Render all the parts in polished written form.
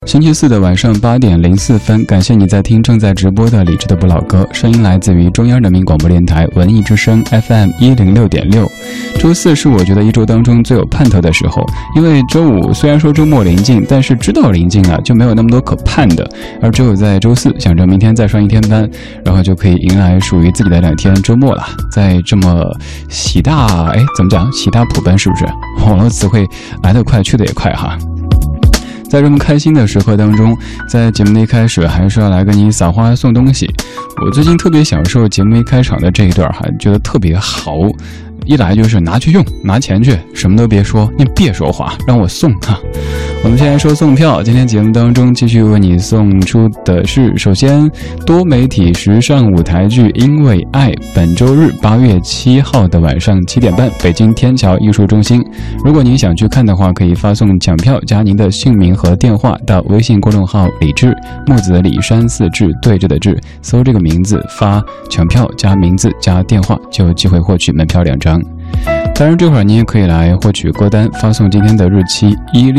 星期四的晚上8点04分，感谢你在听正在直播的理智的不老歌，声音来自于中央人民广播电台文艺之声 FM 106.6。周四是我觉得一周当中最有盼头的时候，因为周五虽然说周末临近，但是知道临近了就没有那么多可盼的，而只有在周四想着明天再上一天班，然后就可以迎来属于自己的2天周末了。在这么喜大怎么讲，喜大普奔，是不是网络词汇来得快去得也快哈。在这么开心的时刻当中，在节目的一开始还是要来跟你撒花送东西。我最近特别享受节目一开场的这一段哈，觉得特别好，一来就是拿去用，拿钱去，什么都别说，你别说话，让我送哈。我们现在说送票，今天节目当中继续为你送出的是，首先多媒体时尚舞台剧《因为爱》，本周日8月7号的晚上7点半，北京天桥艺术中心。如果您想去看的话，可以发送抢票加您的姓名和电话到微信公众号李志，木子的李，山寺志，对着的志，搜这个名字发抢票加名字加电话，就有机会获取门票2张。当然这会儿你也可以来获取歌单，发送今天的日期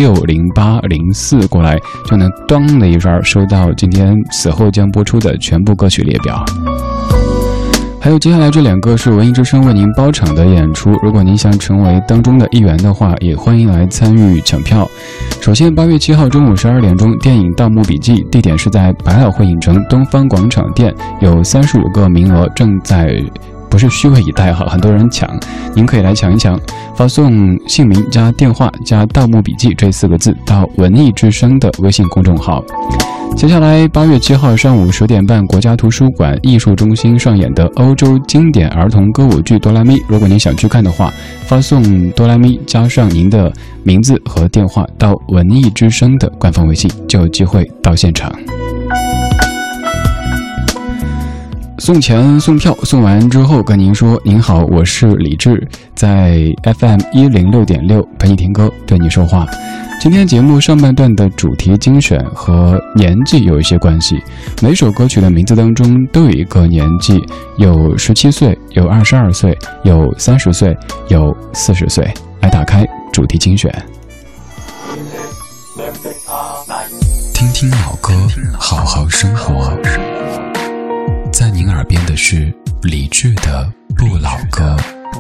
160804过来，就能当的一声收到今天此后将播出的全部歌曲列表。还有接下来这2个是文艺之声为您包场的演出，如果您想成为当中的一员的话，也欢迎来参与抢票。首先8月7号中午12点钟，电影《盗墓笔记》，地点是在百老汇影城东方广场店，有35个名额，正在不是虚位以待哈，很多人抢，您可以来抢一抢，发送姓名加电话加盗墓笔记这4个字到文艺之声的微信公众号。接下来8月7号上午10点半，国家图书馆艺术中心上演的欧洲经典儿童歌舞剧《哆啦咪》，如果您想去看的话，发送哆啦咪加上您的名字和电话到文艺之声的官方微信，就有机会到现场。送钱送票，送完之后跟您说您好，我是李志，在 FM 106.6陪你听歌，对你说话。今天节目上半段的主题精选和年纪有一些关系，每首歌曲的名字当中都有一个年纪，有17岁，有22岁，有30岁，有40岁。来打开主题精选，听听老歌，好好生活。在您耳边的是理智的不老歌。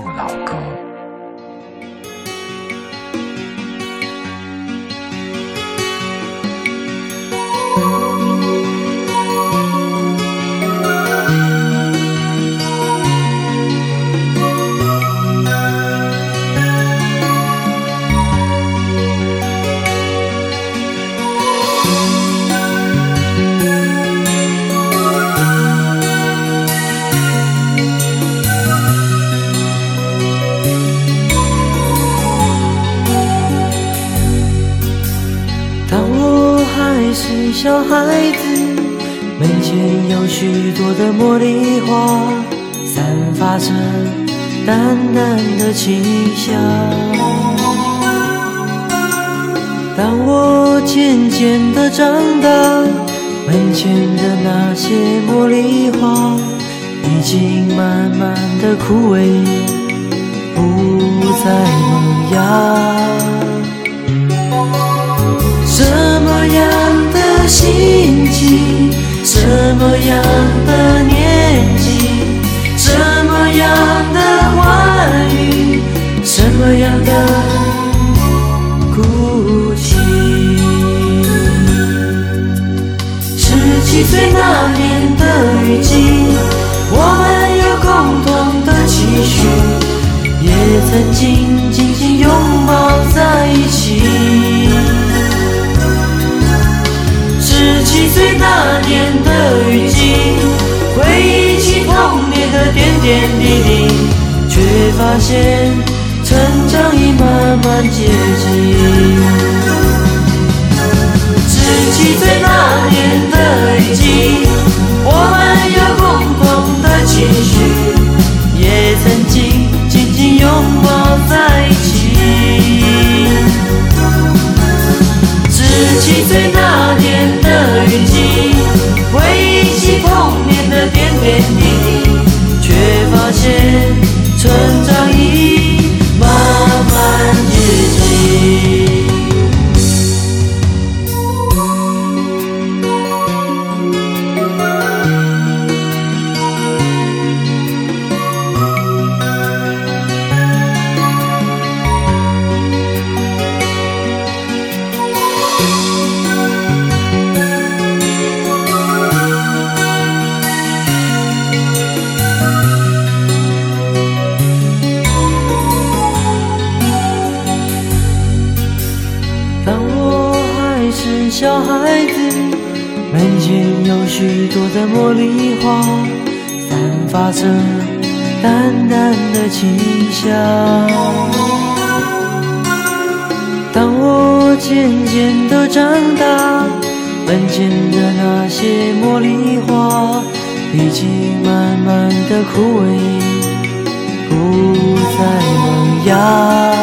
小孩子门前有许多的茉莉花，散发着淡淡的清香。当我渐渐地长大，门前的那些茉莉花已经慢慢地枯萎，不再萌芽。什么样的心情，什么样的年纪，什么样的欢愉，什么样的哭泣。17岁那年的雨季，我们有共同的期许，也曾经紧紧拥抱在一起。17岁那年的雨季，回忆起童年的点点滴滴，却发现成长已慢慢接近。17岁那年的雨季，我们有共同的期许，也曾经紧紧拥抱在一起。17岁那年的雨季，回忆起童年的点点滴滴，却发现成长已慢慢接近。 小孩子，门前有许多的茉莉花，散发着淡淡的清香。当我渐渐地长大，门前的那些茉莉花已经慢慢地枯萎，不再萌芽。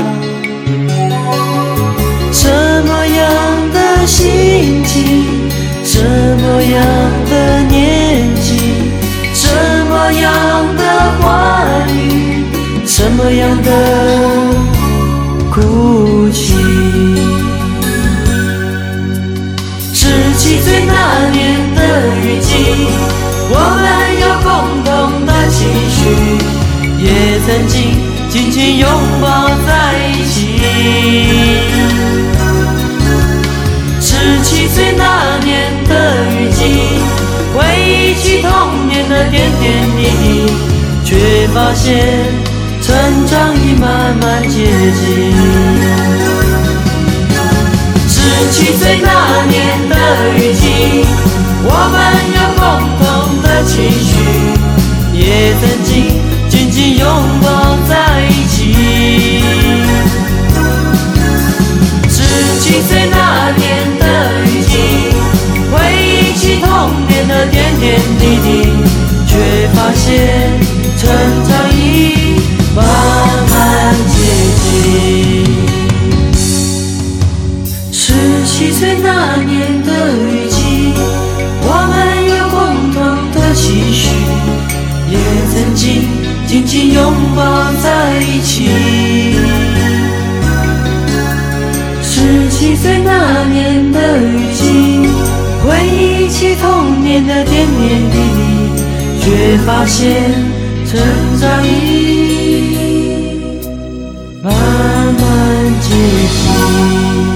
什么样的心情，什么样的年纪，什么样的欢愉，什么样的哭泣。17岁那年的雨季，我们有共同的期许，也曾经紧紧拥抱在一起。17岁那年的雨季，回忆起童年的点点滴滴，却发现成长已慢慢接近。17岁那年的雨季，我们有共同的期许，也曾经紧紧拥抱在一起。17岁那年的雨季，回忆起童年的点点滴滴，却发现成长已慢慢接近。17岁那年的雨季，我们有共同的期许，也曾经紧紧拥抱在一起。17岁那年的雨季，回忆起童年的点点滴滴，却发现成长已慢慢接近。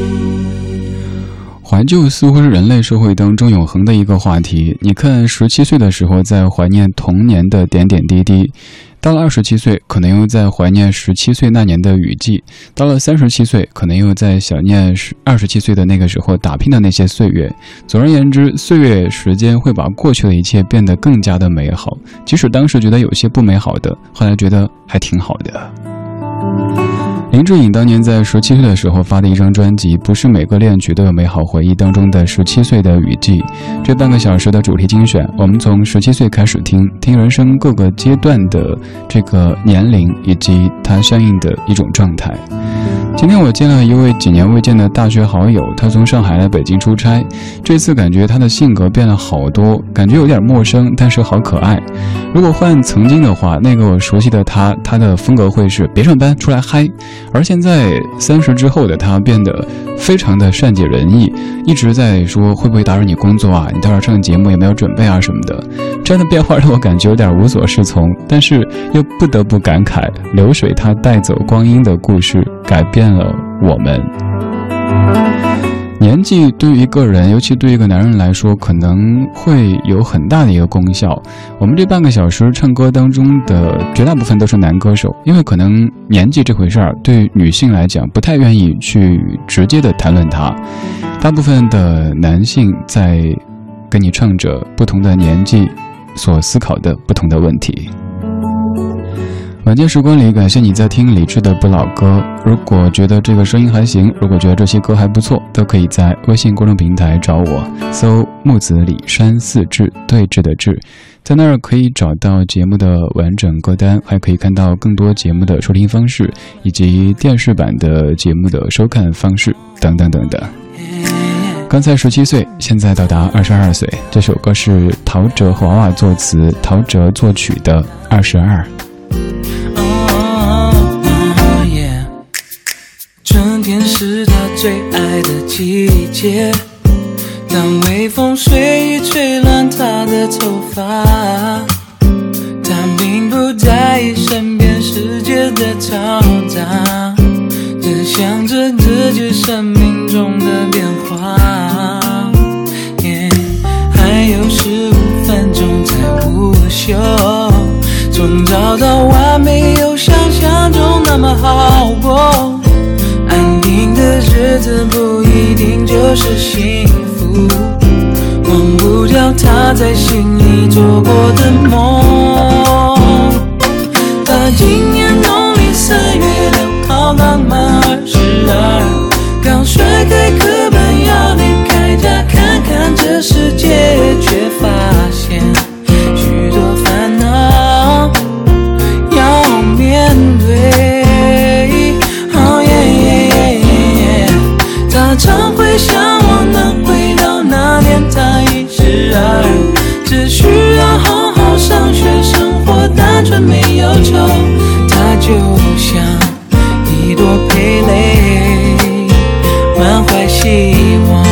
怀旧似乎是人类社会当中永恒的一个话题。你看，17岁的时候在怀念童年的点点滴滴，到了27岁可能又在怀念17岁那年的雨季，到了37岁可能又在想念27岁的那个时候打拼的那些岁月。总而言之，岁月时间会把过去的一切变得更加的美好，即使当时觉得有些不美好的，后来觉得还挺好的。林志颖当年在17岁的时候发的一张专辑《不是每个恋曲都有美好回忆》当中的17岁的雨季，这半个小时的主题精选，我们从17岁开始听人生各个阶段的这个年龄以及它相应的一种状态。今天我见了一位几年未见的大学好友，他从上海来北京出差，这次感觉他的性格变了好多，感觉有点陌生，但是好可爱。如果换曾经的话，那个我熟悉的他的风格会是别上班出来嗨，而现在30之后的他变得非常的善解人意，一直在说会不会打扰你工作啊，你待会儿上节目有没有准备啊什么的。这样的变化让我感觉有点无所适从，但是又不得不感慨，流水它带走光阴的故事改变了我们。年纪对于一个人，尤其对于一个男人来说，可能会有很大的一个功效。我们这半个小时唱歌当中的绝大部分都是男歌手，因为可能年纪这回事儿对女性来讲不太愿意去直接的谈论它，大部分的男性在跟你唱着不同的年纪所思考的不同的问题。晚间时光里，感谢你在听李志的不老歌。如果觉得这个声音还行，如果觉得这些歌还不错，都可以在微信公众平台找我，搜木子李山四志，对峙的志，在那儿可以找到节目的完整歌单，还可以看到更多节目的收听方式，以及电视版的节目的收看方式等等等等。刚才17岁，现在到达22岁。这首歌是陶喆和娃娃作词，陶喆作曲的22。 春天是他最爱的季节，当微风随意吹乱他的头发，他并不在意身边世界的嘈杂，只想着自己生命中的变化。还有15分钟才午休，从早到晚没有想象中那么好过，安定的日子不一定就就是幸福，忘不掉他在心里做过的梦。他今年农历3月6号刚满22，刚甩开课本要离开家看看这世界，却发现许多烦恼要面对。他常会向往能回到那年他12，只需要好好上学，生活单纯没有愁。他就像一朵蓓蕾，满怀希望。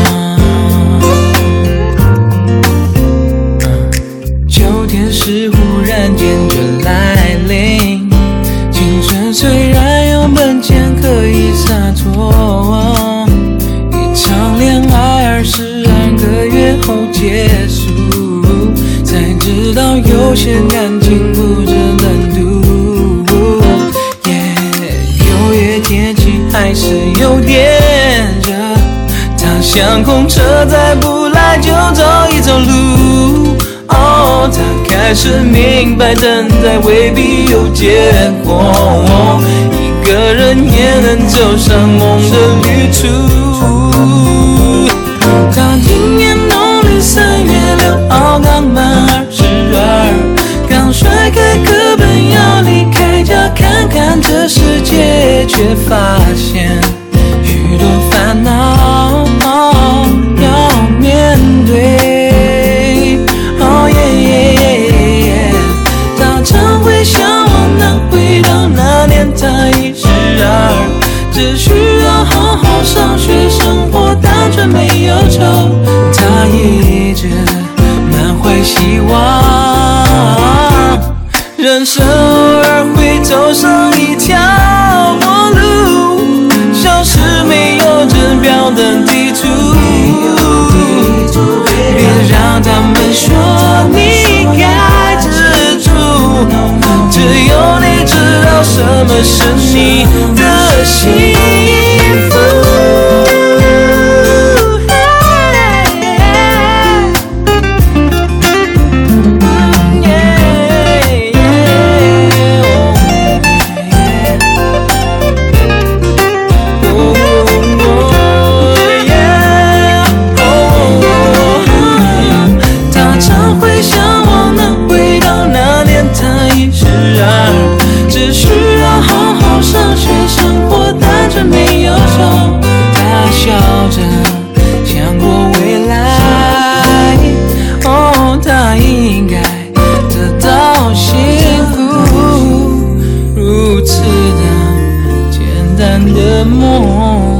秋天是忽然间就来临，青春虽然有本钱可以洒脱，一场恋爱22个月后结束，才知道有些感情不值得赌。9月天气还是有点热，他像空车再不来就走一走路。他开始明白等待未必有结果，一个人也能走上梦的旅途。他今年农历3月6号刚满22，刚甩开课本要离开家看看这世界，却发现许多烦恼要面对。他常会向往能回到那年他12，只需要好好上学，生活单纯没有愁。他一直满怀希望，人生偶尔会走上一条陌路，消失没有指标的地图。别让他们说你该知足，只有你知道什么是你的幸福。只需要好好上学，生活单纯没有愁。他笑着想过未来，他应该得到幸福，如此的简单的梦，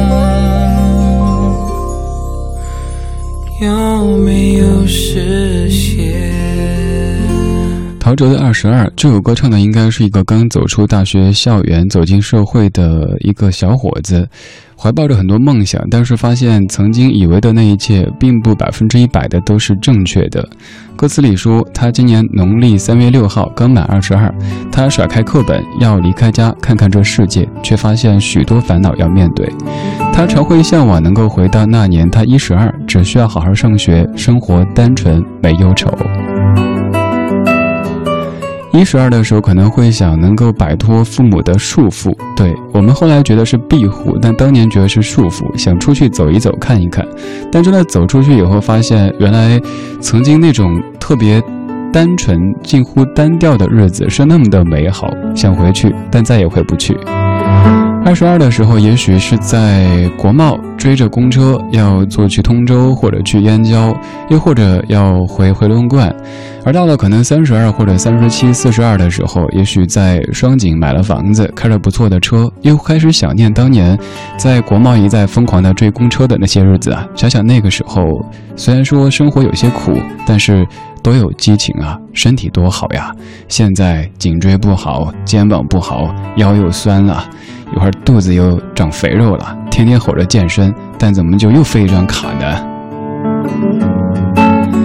有没有实现？ 陶喆的22，这首歌唱的应该是一个刚走出大学校园走进社会的一个小伙子，怀抱着很多梦想，但是发现曾经以为的那一切并不100%的都是正确的。歌词里说他今年农历3月6号刚满22，他甩开课本要离开家看看这世界，却发现许多烦恼要面对。他常会向往能够回到那年他12，只需要好好上学，生活单纯没忧愁。12的时候可能会想能够摆脱父母的束缚，对，我们后来觉得是庇护，但当年觉得是束缚，想出去走一走看一看。但真的走出去以后发现，原来曾经那种特别单纯近乎单调的日子是那么的美好，想回去但再也回不去。22的时候也许是在国贸追着公车要坐去通州或者去燕郊，又或者要回回龙观，而到了可能32或者37、42的时候，也许在双井买了房子，开着不错的车，又开始想念当年在国贸一再疯狂的追公车的那些日子啊。想想那个时候，虽然说生活有些苦，但是多有激情啊，身体多好呀。现在颈椎不好，肩膀不好，腰又酸了，一会儿肚子又长肥肉了，天天吼着健身，但怎么就又废一张卡呢？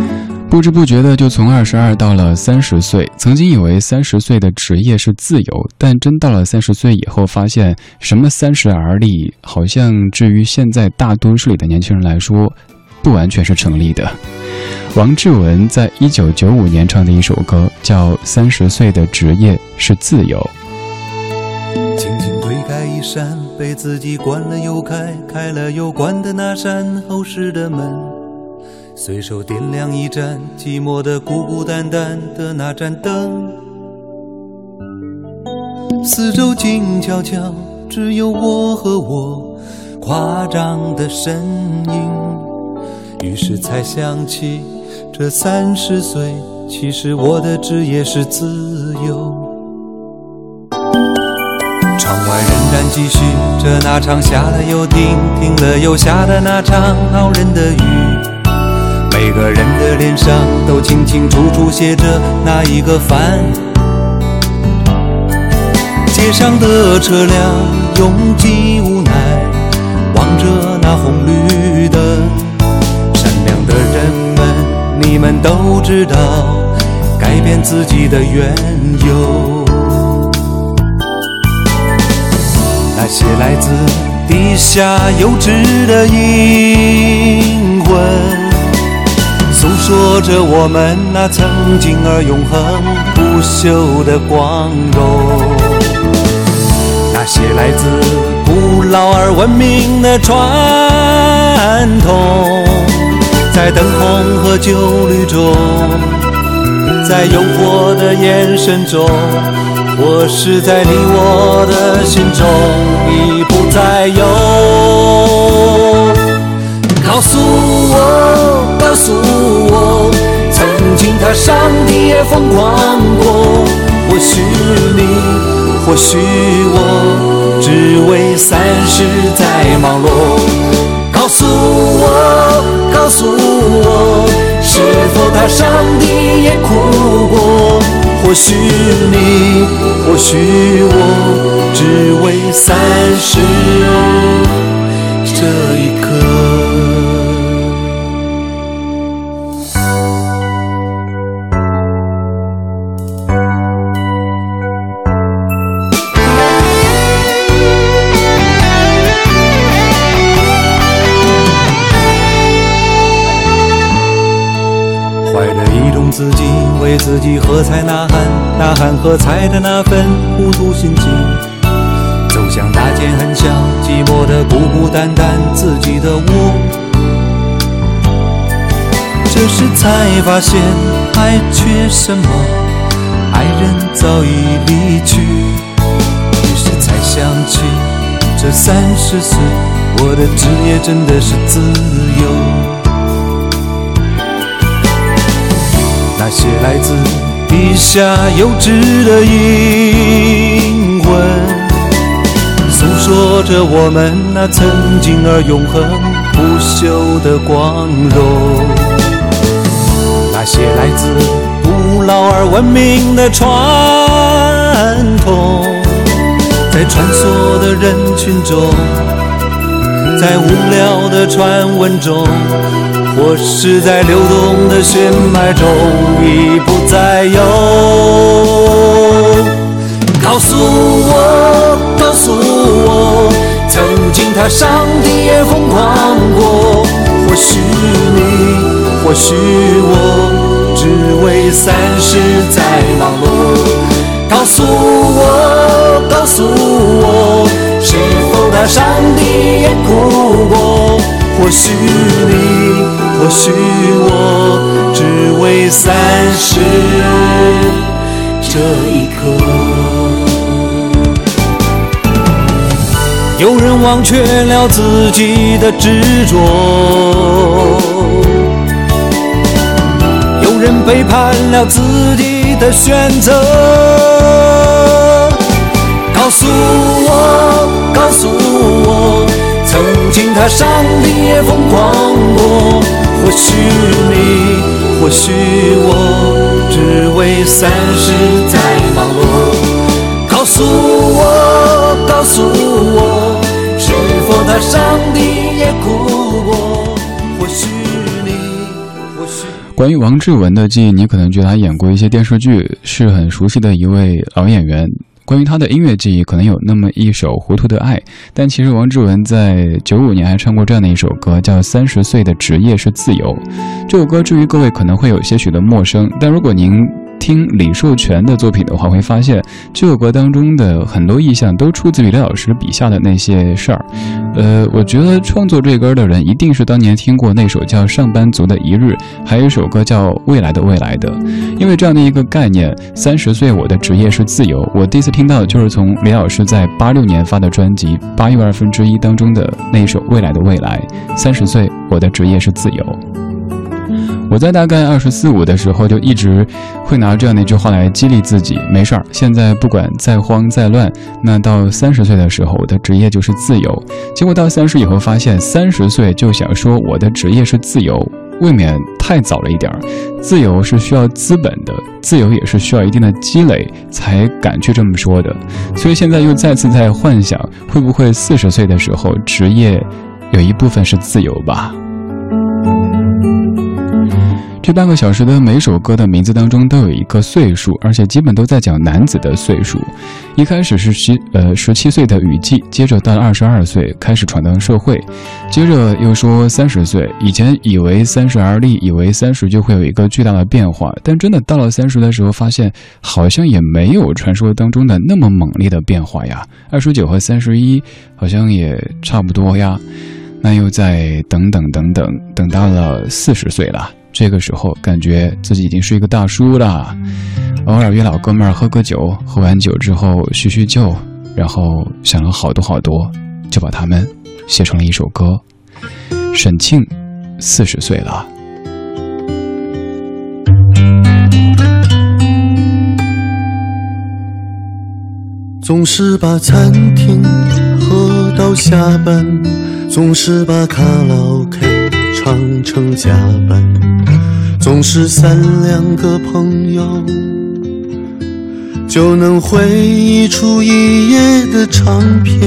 不知不觉的就从22到了30岁，曾经以为30岁的职业是自由，但真到了30岁以后，发现什么30而立，好像至于现在大都市里的年轻人来说，不完全是成立的。王志文在1995年唱的一首歌叫《30岁的职业是自由》。 轻轻推开一扇被自己关了又开，开了又关的那扇后视的门，随手点亮一盏寂寞的孤孤单单的那盏灯，四周静悄悄，只有我和我夸张的身影，于是才想起这30岁，其实我的职业是自由。窗外仍然继续着那场下了又停，停了又下的那场恼人的雨，每个人的脸上都清清楚楚写着那一个烦。街上的车辆拥挤无奈，望着那红绿灯，善良的人们，你们都知道改变自己的缘由。那些来自地下幼稚的灵魂，诉说着我们那曾经而永恒不朽的光荣。那些来自古老而文明的传统，在灯红和酒绿中，在诱惑的眼神中，或是在你我的心中已不再有。告诉我，告诉我，曾经踏上的也疯狂过，或许你，或许我，只为30在忙碌。告诉我，告诉我，是否踏上的也哭过，或许你，或许我，只为30这一刻。自己为自己喝彩呐喊，呐喊喝彩的那份糊涂心情，走向那间很小寂寞的孤孤单单自己的窝。这时才发现还缺什么，爱人早已离去，于是才想起这30岁，我的职业真的是自由。那些来自地下幼稚的灵魂，诉说着我们那曾经而永恒不朽的光荣。那些来自古老而文明的传统，在穿梭的人群中，在无聊的传闻中，或是在流动的血脉中已不再有。告诉我，告诉我，曾经踏上的也疯狂过，或许你，或许我，只为30在忙碌。告诉我，告诉我，是否踏上的也哭过，或许你，或许我，只为30这一刻。有人忘却了自己的执着，有人背叛了自己的选择。告诉我，告诉我，曾经踏上的也疯狂过，或许你，或许我，只为30在忙碌。告诉我，告诉我，是否踏上的也哭过，或许你，或许关于王志文的记忆，你可能觉得他演过一些电视剧，是很熟悉的一位老演员。关于他的音乐记忆，可能有那么一首《糊涂的爱》，但其实王志文在95年还唱过这样的一首歌，叫《30岁的职业是自由》。这首歌至于各位可能会有些许的陌生，但如果您听李寿全的作品的话，会发现这首歌当中的很多意象都出自于李老师笔下的那些事儿。我觉得创作这歌的人一定是当年听过那首叫《上班族的一日》，还有一首歌叫《未来的未来的》。因为这样的一个概念，30岁我的职业是自由，我第一次听到就是从李老师在86年发的专辑《8又1/2》当中的那一首《未来的未来》，30岁我的职业是自由。我在大概24、25的时候就一直会拿这样的一句话来激励自己，没事儿，现在不管再慌再乱，那到30岁的时候我的职业就是自由。结果到30以后发现30岁就想说我的职业是自由，未免太早了一点。自由是需要资本的，自由也是需要一定的积累才敢去这么说的。所以现在又再次在幻想，会不会40岁的时候职业有一部分是自由吧。这半个小时的每首歌的名字当中都有一个岁数，而且基本都在讲男子的岁数。一开始是17岁的雨季，接着到了22岁开始闯荡社会，接着又说30岁。以前以为30而立，以为30就会有一个巨大的变化，但真的到了30的时候，发现好像也没有传说当中的那么猛烈的变化呀。29和31好像也差不多呀。那又再等到了40岁了。这个时候感觉自己已经是一个大叔了，偶尔约老哥们儿喝个酒，喝完酒之后叙叙旧，然后想了好多，就把它们写成了一首歌。沈庆40岁了。 总是把餐厅喝到下班，总是把卡拉 OK 唱成加班，总是3-2个朋友就能回忆出一夜的长篇，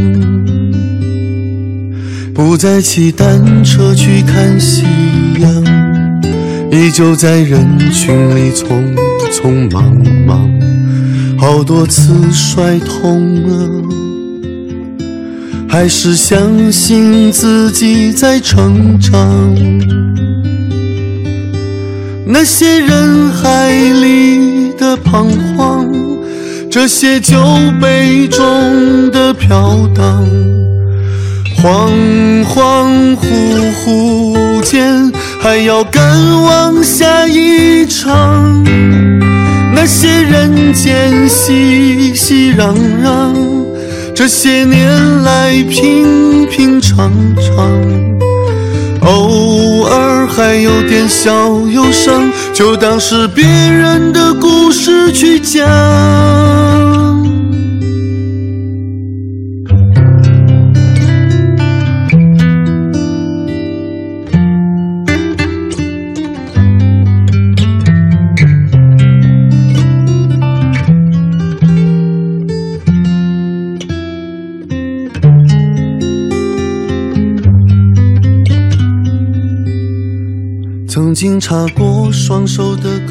不再骑单车去看夕阳，依旧在人群里匆匆忙忙，好多次摔痛了，还是相信自己在成长。那些人海里的彷徨，这些酒杯中的飘荡，恍恍惚惚间还要赶往下一场。那些人间熙熙攘攘，这些年来平平常常，偶尔还有点小忧伤，就当是别人的故事去讲。曾经擦过双手的